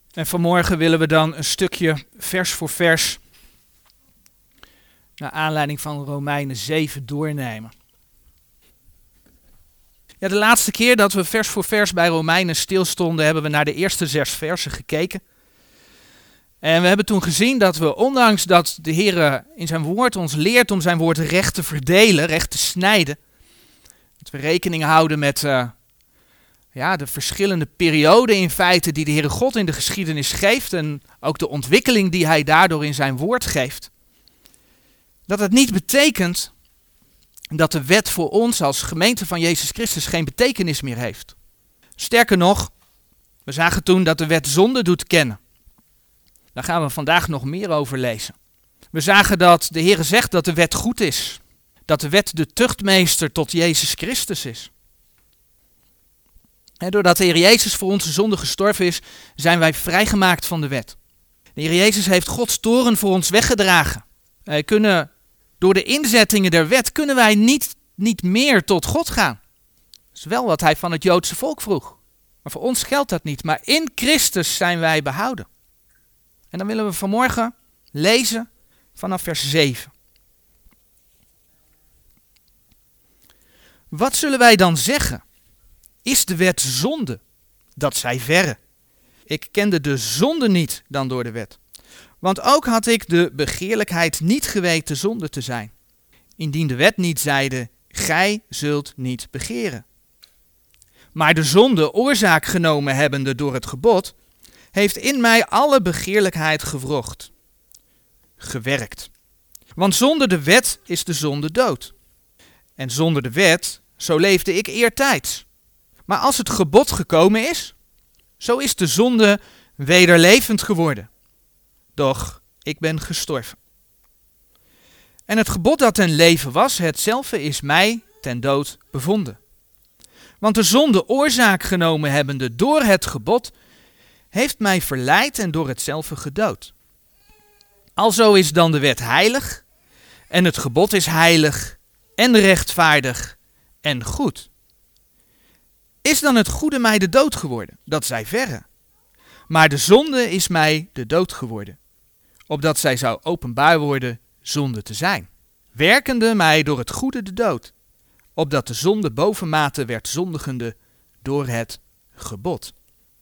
En vanmorgen willen we dan een stukje vers voor vers naar aanleiding van Romeinen 7 doornemen. Ja, de laatste keer dat we vers voor vers bij Romeinen stilstonden, hebben we naar de eerste 6 versen gekeken. En we hebben toen gezien dat we, ondanks dat de Heer in zijn woord ons leert om zijn woord recht te verdelen, recht te snijden, dat we rekening houden met de verschillende perioden in feite die de Heere God in de geschiedenis geeft en ook de ontwikkeling die hij daardoor in zijn woord geeft. Dat het niet betekent dat de wet voor ons als gemeente van Jezus Christus geen betekenis meer heeft. Sterker nog, we zagen toen dat de wet zonde doet kennen. Daar gaan we vandaag nog meer over lezen. We zagen dat de Heere zegt dat de wet goed is. Dat de wet de tuchtmeester tot Jezus Christus is. En doordat de Heer Jezus voor onze zonde gestorven is, zijn wij vrijgemaakt van de wet. De Heer Jezus heeft Gods toorn voor ons weggedragen. Door de inzettingen der wet kunnen wij niet meer tot God gaan. Dat is wel wat hij van het Joodse volk vroeg. Maar voor ons geldt dat niet. Maar in Christus zijn wij behouden. En dan willen we vanmorgen lezen vanaf vers 7. Wat zullen wij dan zeggen? Is de wet zonde? Dat zij verre. Ik kende de zonde niet dan door de wet. Want ook had ik de begeerlijkheid niet geweten zonde te zijn. Indien de wet niet zeide, gij zult niet begeren. Maar de zonde oorzaak genomen hebbende door het gebod, heeft in mij alle begeerlijkheid gewrocht. Gewerkt. Want zonder de wet is de zonde dood. En zonder de wet, zo leefde ik eertijds. Maar als het gebod gekomen is, zo is de zonde wederlevend geworden. Doch ik ben gestorven. En het gebod dat ten leven was, hetzelfde is mij ten dood bevonden. Want de zonde oorzaak genomen hebbende door het gebod, heeft mij verleid en door hetzelfde gedood. Alzo is dan de wet heilig, en het gebod is heilig, en rechtvaardig, en goed. Is dan het goede mij de dood geworden? Dat zij verre. Maar de zonde is mij de dood geworden, opdat zij zou openbaar worden zonde te zijn. Werkende mij door het goede de dood, opdat de zonde bovenmate werd zondigende door het gebod.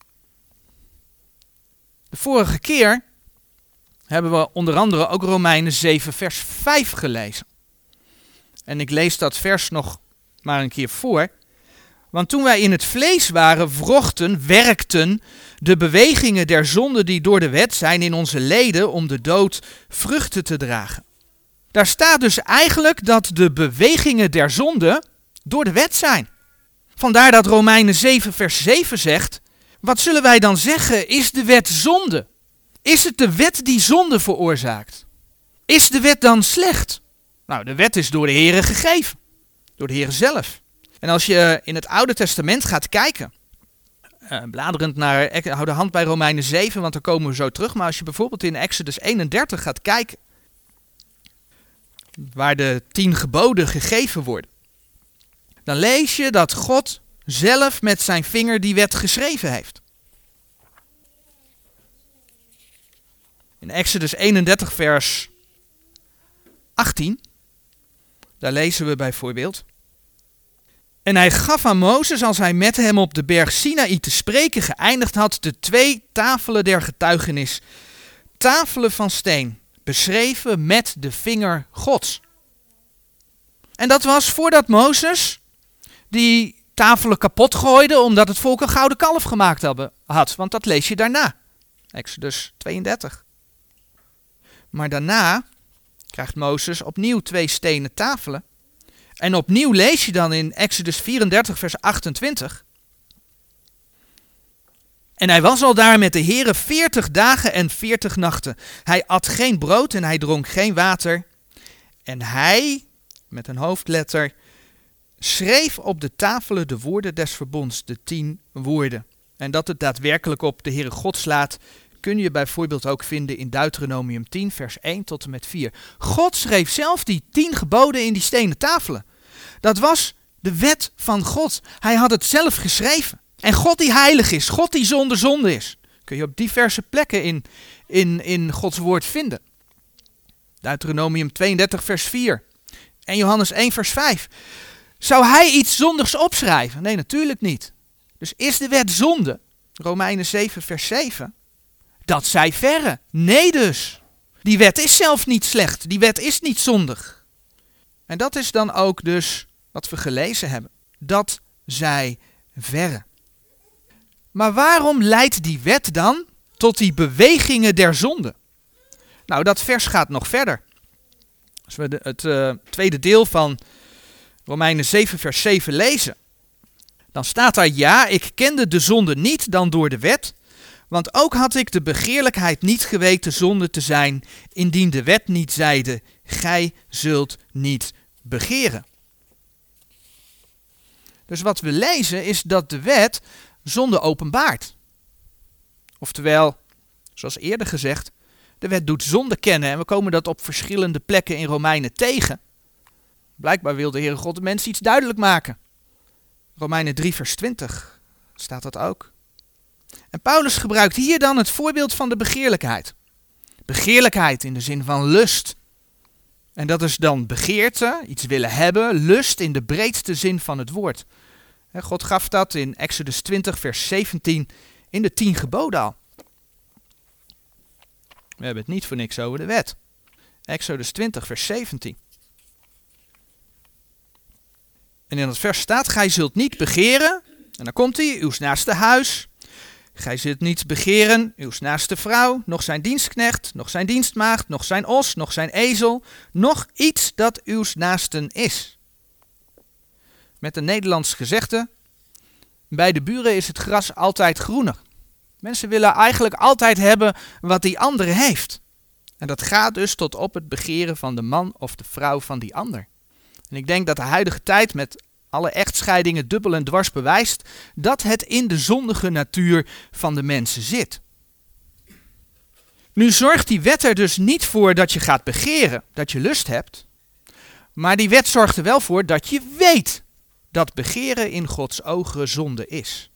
De vorige keer hebben we onder andere ook Romeinen 7 vers 5 gelezen. En ik lees dat vers nog maar een keer voor. Want toen wij in het vlees waren, werkten de bewegingen der zonde die door de wet zijn in onze leden om de dood vruchten te dragen. Daar staat dus eigenlijk dat de bewegingen der zonde door de wet zijn. Vandaar dat Romeinen 7 vers 7 zegt, wat zullen wij dan zeggen, is de wet zonde? Is het de wet die zonde veroorzaakt? Is de wet dan slecht? Nou, de wet is door de Heere gegeven, door de Heere zelf. En als je in het Oude Testament gaat kijken, bladerend naar, hou de hand bij Romeinen 7, want daar komen we zo terug. Maar als je bijvoorbeeld in Exodus 31 gaat kijken, waar de 10 geboden gegeven worden, dan lees je dat God zelf met zijn vinger die wet geschreven heeft. In Exodus 31 vers 18, daar lezen we bijvoorbeeld: En hij gaf aan Mozes, als hij met hem op de berg Sinaï te spreken geëindigd had, de 2 tafelen der getuigenis, tafelen van steen, beschreven met de vinger Gods. En dat was voordat Mozes die tafelen kapot gooide, omdat het volk een gouden kalf gemaakt had. Want dat lees je daarna, Exodus 32. Maar daarna krijgt Mozes opnieuw 2 stenen tafelen. En opnieuw lees je dan in Exodus 34 vers 28. En hij was al daar met de Heere 40 dagen en 40 nachten. Hij at geen brood en hij dronk geen water. En hij, met een hoofdletter, schreef op de tafelen de woorden des verbonds, de 10 woorden. En dat het daadwerkelijk op de Heere God slaat, kun je bijvoorbeeld ook vinden in Deuteronomium 10 vers 1 tot en met 4. God schreef zelf die 10 geboden in die stenen tafelen. Dat was de wet van God. Hij had het zelf geschreven. En God die heilig is, God die zonder zonde is, Kun je op diverse plekken in Gods woord vinden. Deuteronomium 32 vers 4 en Johannes 1 vers 5. Zou hij iets zondigs opschrijven? Nee, natuurlijk niet. Dus is de wet zonde? Romeinen 7 vers 7. Dat zij verre. Nee dus. Die wet is zelf niet slecht. Die wet is niet zondig. En dat is dan ook dus wat we gelezen hebben. Dat zij verre. Maar waarom leidt die wet dan tot die bewegingen der zonde? Nou, dat vers gaat nog verder. Als we het tweede deel van Romeinen 7 vers 7 lezen, dan staat daar: ja, ik kende de zonde niet dan door de wet, want ook had ik de begeerlijkheid niet geweten zonde te zijn, indien de wet niet zeide, gij zult niet begeren. Dus wat we lezen is dat de wet zonde openbaart. Oftewel, zoals eerder gezegd, de wet doet zonde kennen en we komen dat op verschillende plekken in Romeinen tegen. Blijkbaar wil de Heere God de mens iets duidelijk maken. Romeinen 3 vers 20 staat dat ook. En Paulus gebruikt hier dan het voorbeeld van de begeerlijkheid. Begeerlijkheid in de zin van lust. En dat is dan begeerte, iets willen hebben, lust in de breedste zin van het woord. God gaf dat in Exodus 20 vers 17 in de 10 geboden al. We hebben het niet voor niks over de wet. Exodus 20 vers 17. En in dat vers staat: gij zult niet begeren, en dan komt hij, uws naaste huis. Gij zult niet begeren, uws naaste vrouw, nog zijn dienstknecht, nog zijn dienstmaagd, nog zijn os, nog zijn ezel, nog iets dat uws naasten is. Met een Nederlands gezegde: bij de buren is het gras altijd groener. Mensen willen eigenlijk altijd hebben wat die andere heeft. En dat gaat dus tot op het begeren van de man of de vrouw van die ander. En ik denk dat de huidige tijd met alle echtscheidingen dubbel en dwars bewijst dat het in de zondige natuur van de mensen zit. Nu zorgt die wet er dus niet voor dat je gaat begeren, dat je lust hebt. Maar die wet zorgt er wel voor dat je weet dat begeren in Gods ogen zonde is.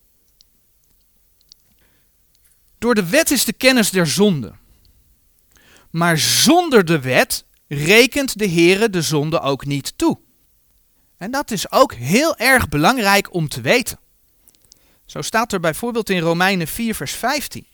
Door de wet is de kennis der zonde. Maar zonder de wet rekent de Heere de zonde ook niet toe. En dat is ook heel erg belangrijk om te weten. Zo staat er bijvoorbeeld in Romeinen 4 vers 15.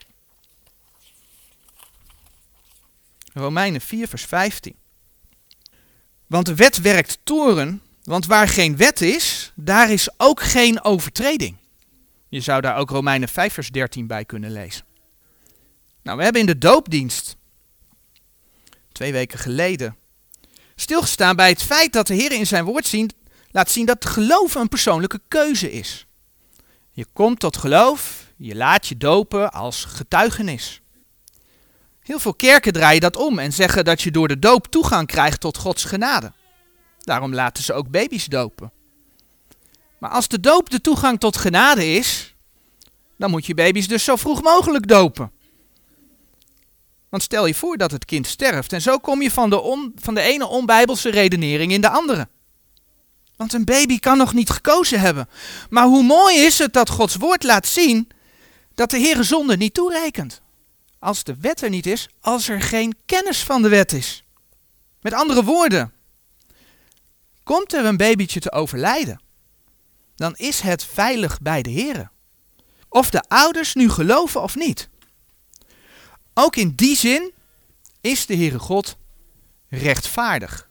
Romeinen 4 vers 15. Want de wet werkt toorn, want waar geen wet is, daar is ook geen overtreding. Je zou daar ook Romeinen 5 vers 13 bij kunnen lezen. Nou, we hebben in de doopdienst 2 weken geleden stilgestaan bij het feit dat de Heer in zijn woord laat zien dat geloven een persoonlijke keuze is. Je komt tot geloof, je laat je dopen als getuigenis. Heel veel kerken draaien dat om en zeggen dat je door de doop toegang krijgt tot Gods genade. Daarom laten ze ook baby's dopen. Maar als de doop de toegang tot genade is, dan moet je baby's dus zo vroeg mogelijk dopen. Want stel je voor dat het kind sterft en zo kom je van de ene onbijbelse redenering in de andere. Want een baby kan nog niet gekozen hebben. Maar hoe mooi is het dat Gods woord laat zien dat de Heere zonde niet toerekent. Als de wet er niet is, als er geen kennis van de wet is. Met andere woorden, komt er een babytje te overlijden, dan is het veilig bij de Heere. Of de ouders nu geloven of niet. Ook in die zin is de Heere God rechtvaardig.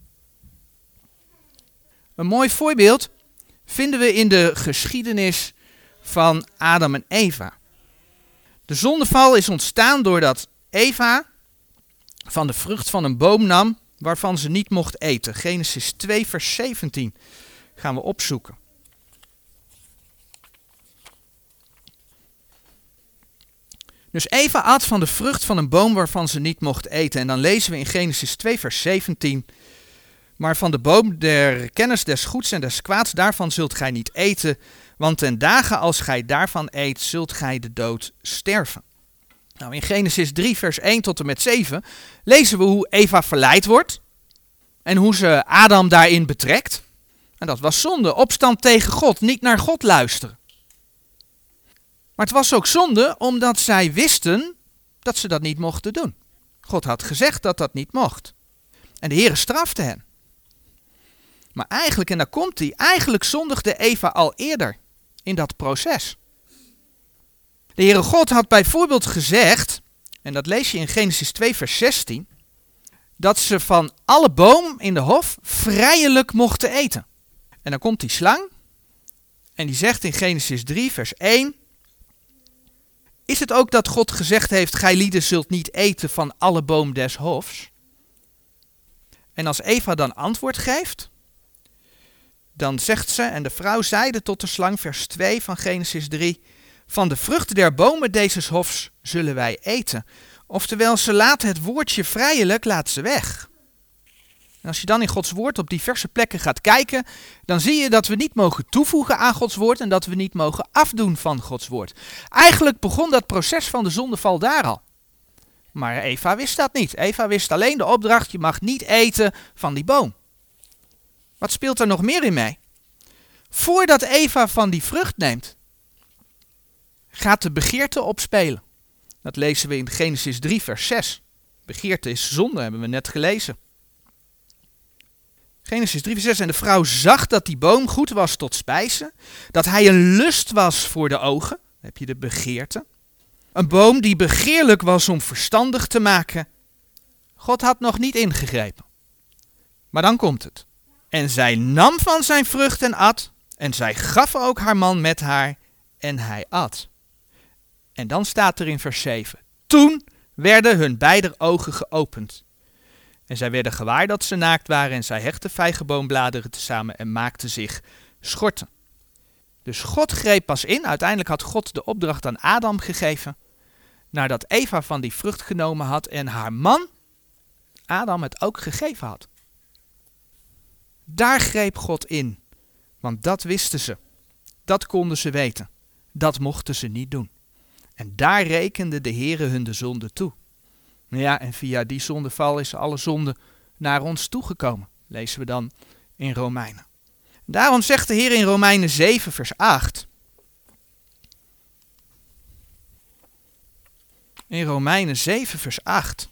Een mooi voorbeeld vinden we in de geschiedenis van Adam en Eva. De zondeval is ontstaan doordat Eva van de vrucht van een boom nam waarvan ze niet mocht eten. Genesis 2 vers 17 gaan we opzoeken. Dus Eva at van de vrucht van een boom waarvan ze niet mocht eten. En dan lezen we in Genesis 2 vers 17. Maar van de boom der kennis des goeds en des kwaads, daarvan zult gij niet eten. Want ten dagen als gij daarvan eet, zult gij de dood sterven. Nou, in Genesis 3 vers 1 tot en met 7 lezen we hoe Eva verleid wordt. En hoe ze Adam daarin betrekt. En dat was zonde, opstand tegen God, niet naar God luisteren. Maar het was ook zonde omdat zij wisten dat ze dat niet mochten doen. God had gezegd dat dat niet mocht. En de Heere strafte hen. Maar eigenlijk, en daar komt hij, eigenlijk zondigde Eva al eerder in dat proces. De Heere God had bijvoorbeeld gezegd, en dat lees je in Genesis 2 vers 16, dat ze van alle boom in de hof vrijelijk mochten eten. En dan komt die slang en die zegt in Genesis 3 vers 1, is het ook dat God gezegd heeft, gij lieden zult niet eten van alle boom des hofs? En als Eva dan antwoord geeft, dan zegt ze, en de vrouw zeide tot de slang, vers 2 van Genesis 3, van de vruchten der bomen deze hofs zullen wij eten. Oftewel, ze laat het woordje vrijelijk, laat ze weg. En als je dan in Gods woord op diverse plekken gaat kijken, dan zie je dat we niet mogen toevoegen aan Gods woord en dat we niet mogen afdoen van Gods woord. Eigenlijk begon dat proces van de zondeval daar al. Maar Eva wist dat niet. Eva wist alleen de opdracht, je mag niet eten van die boom. Wat speelt er nog meer in mee? Voordat Eva van die vrucht neemt, gaat de begeerte opspelen. Dat lezen we in Genesis 3 vers 6. Begeerte is zonde, hebben we net gelezen. Genesis 3 vers 6. En de vrouw zag dat die boom goed was tot spijzen, dat hij een lust was voor de ogen. Dan heb je de begeerte. Een boom die begeerlijk was om verstandig te maken. God had nog niet ingegrepen. Maar dan komt het. En zij nam van zijn vrucht en at. En zij gaf ook haar man met haar. En hij at. En dan staat er in vers 7. Toen werden hun beider ogen geopend. En zij werden gewaar dat ze naakt waren. En zij hechtten vijgenboombladeren tezamen en maakten zich schorten. Dus God greep pas in. Uiteindelijk had God de opdracht aan Adam gegeven. Nadat Eva van die vrucht genomen had en haar man, Adam, het ook gegeven had. Daar greep God in. Want dat wisten ze. Dat konden ze weten. Dat mochten ze niet doen. En daar rekende de Heere hun de zonde toe. Ja, en via die zondeval is alle zonde naar ons toegekomen. Lezen we dan in Romeinen. Daarom zegt de Heer in Romeinen 7 vers 8. In Romeinen 7 vers 8.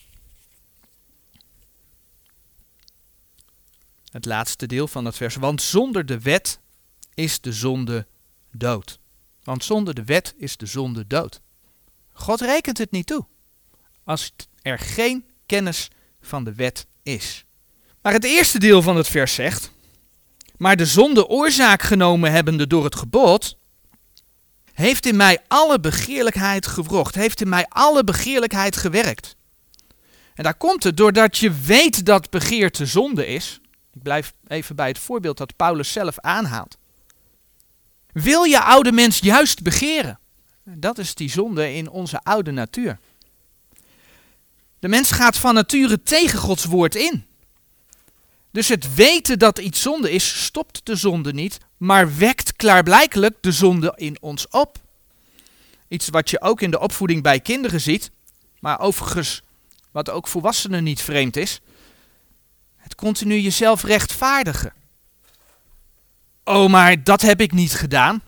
Het laatste deel van het vers. Want zonder de wet is de zonde dood. Want zonder de wet is de zonde dood. God rekent het niet toe. Als er geen kennis van de wet is. Maar het eerste deel van het vers zegt. Maar de zonde oorzaak genomen hebbende door het gebod, heeft in mij alle begeerlijkheid gewrocht. Heeft in mij alle begeerlijkheid gewerkt. En daar komt het doordat je weet dat begeerte zonde is. Ik blijf even bij het voorbeeld dat Paulus zelf aanhaalt. Wil je oude mens juist begeren? Dat is die zonde in onze oude natuur. De mens gaat van nature tegen Gods woord in. Dus het weten dat iets zonde is, stopt de zonde niet, maar wekt klaarblijkelijk de zonde in ons op. Iets wat je ook in de opvoeding bij kinderen ziet, maar overigens wat ook volwassenen niet vreemd is. Het continu jezelf rechtvaardigen. Oh, maar dat heb ik niet gedaan.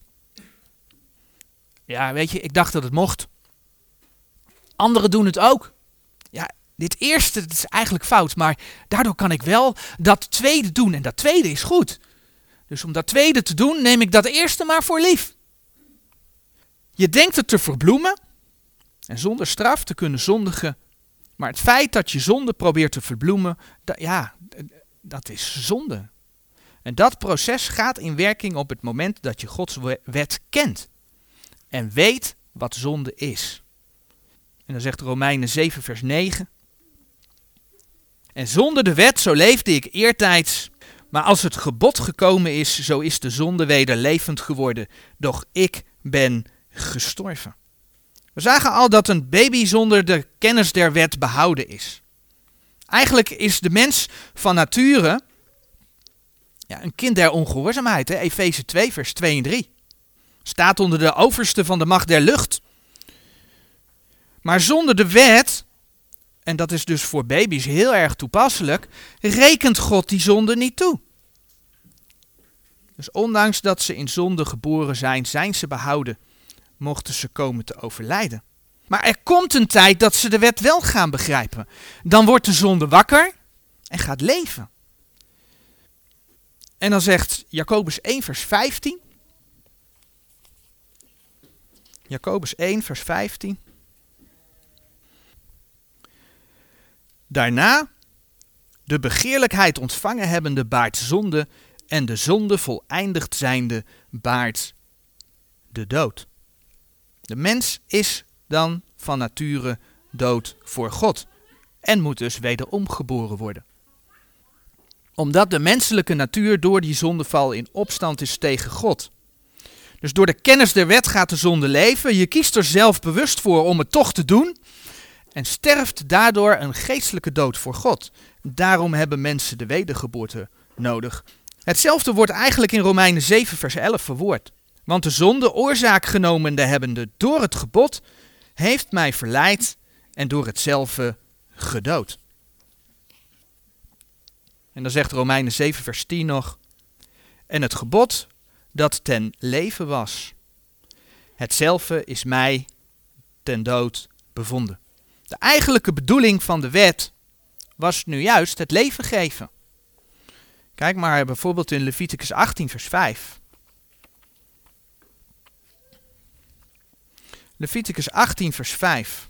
Ja, weet je, ik dacht dat het mocht. Anderen doen het ook. Ja, dit eerste dat is eigenlijk fout, maar daardoor kan ik wel dat tweede doen. En dat tweede is goed. Dus om dat tweede te doen, neem ik dat eerste maar voor lief. Je denkt het te verbloemen en zonder straf te kunnen zondigen. Maar het feit dat je zonde probeert te verbloemen, dat is zonde. En dat proces gaat in werking op het moment dat je Gods wet kent. En weet wat zonde is. En dan zegt Romeinen 7 vers 9. En zonder de wet, zo leefde ik eertijds. Maar als het gebod gekomen is, zo is de zonde weder levend geworden. Doch ik ben gestorven. We zagen al dat een baby zonder de kennis der wet behouden is. Eigenlijk is de mens van nature een kind der ongehoorzaamheid. Efeze 2 vers 2 en 3. Staat onder de overste van de macht der lucht. Maar zonder de wet, en dat is dus voor baby's heel erg toepasselijk, rekent God die zonde niet toe. Dus ondanks dat ze in zonde geboren zijn, zijn ze behouden mochten ze komen te overlijden. Maar er komt een tijd dat ze de wet wel gaan begrijpen. Dan wordt de zonde wakker en gaat leven. En dan zegt Jacobus 1 vers 15. Jacobus 1 vers 15. Daarna, de begeerlijkheid ontvangen hebbende baart zonde en de zonde voleindigd zijnde baart de dood. De mens is dan van nature dood voor God en moet dus wederom geboren worden. Omdat de menselijke natuur door die zondeval in opstand is tegen God. Dus door de kennis der wet gaat de zonde leven. Je kiest er zelf bewust voor om het toch te doen. En sterft daardoor een geestelijke dood voor God. Daarom hebben mensen de wedergeboorte nodig. Hetzelfde wordt eigenlijk in Romeinen 7 vers 11 verwoord. Want de zonde, oorzaak genomende hebbende door het gebod, heeft mij verleid en door hetzelfde gedood. En dan zegt Romeinen 7 vers 10 nog. En het gebod dat ten leven was, hetzelfde is mij ten dood bevonden. De eigenlijke bedoeling van de wet was nu juist het leven geven. Kijk maar bijvoorbeeld in Leviticus 18 vers 5. Leviticus 18 vers 5.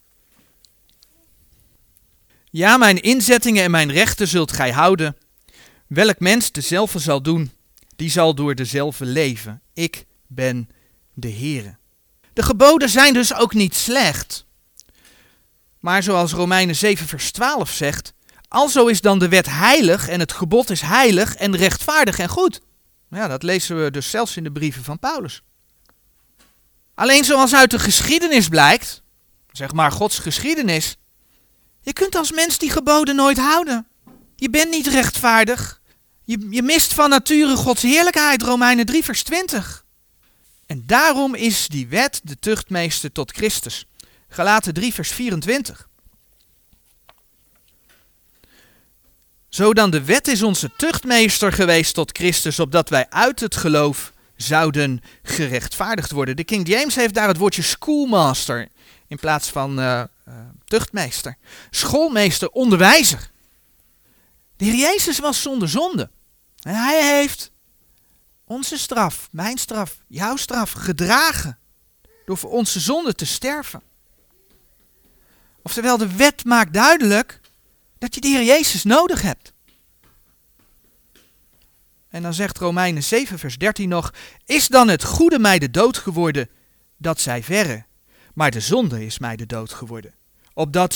Ja, mijn inzettingen en mijn rechten zult gij houden. Welk mens dezelfde zal doen, die zal door dezelfde leven. Ik ben de Heere. De geboden zijn dus ook niet slecht. Maar zoals Romeinen 7 vers 12 zegt, alzo is dan de wet heilig en het gebod is heilig en rechtvaardig en goed. Ja, dat lezen we dus zelfs in de brieven van Paulus. Alleen zoals uit de geschiedenis blijkt, zeg maar Gods geschiedenis, je kunt als mens die geboden nooit houden. Je bent niet rechtvaardig. Je mist van nature Gods heerlijkheid, Romeinen 3 vers 20. En daarom is die wet de tuchtmeester tot Christus. Galaten 3 vers 24. Zo dan de wet is onze tuchtmeester geweest tot Christus, opdat wij uit het geloof zouden gerechtvaardigd worden. De King James heeft daar het woordje schoolmaster in plaats van tuchtmeester. Schoolmeester, onderwijzer. De Heer Jezus was zonder zonde. En hij heeft onze straf, mijn straf, jouw straf gedragen door voor onze zonde te sterven. Oftewel, de wet maakt duidelijk dat je de Heer Jezus nodig hebt. En dan zegt Romeinen 7 vers 13 nog, is dan het goede mij de dood geworden, dat zij verre, maar de zonde is mij de dood geworden. Opdat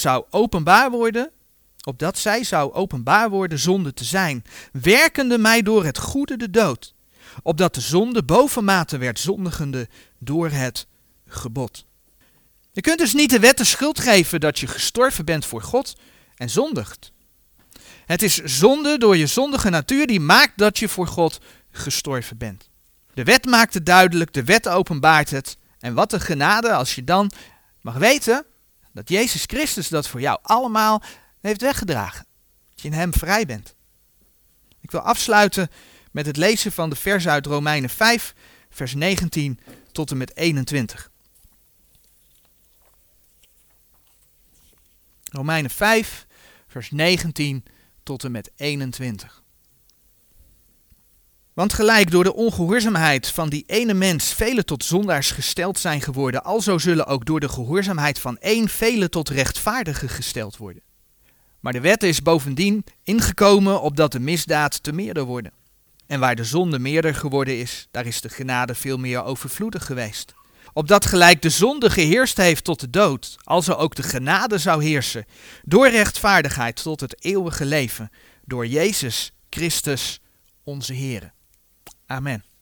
zij zou openbaar worden zonde te zijn, werkende mij door het goede de dood, opdat de zonde bovenmate werd zondigende door het gebod. Je kunt dus niet de wet de schuld geven dat je gestorven bent voor God en zondigt. Het is zonde door je zondige natuur die maakt dat je voor God gestorven bent. De wet maakt het duidelijk, de wet openbaart het. En wat een genade als je dan mag weten dat Jezus Christus dat voor jou allemaal heeft weggedragen. Dat je in hem vrij bent. Ik wil afsluiten met het lezen van de vers uit Romeinen 5, vers 19 tot en met 21. Romeinen 5, vers 19 tot en met 21. Want gelijk door de ongehoorzaamheid van die ene mens velen tot zondaars gesteld zijn geworden, alzo zullen ook door de gehoorzaamheid van één velen tot rechtvaardigen gesteld worden. Maar de wet is bovendien ingekomen opdat de misdaad te meerder worden. En waar de zonde meerder geworden is, daar is de genade veel meer overvloedig geweest. Opdat gelijk de zonde geheerst heeft tot de dood, alzo ook de genade zou heersen, door rechtvaardigheid tot het eeuwige leven, door Jezus Christus onze Heere. Amen.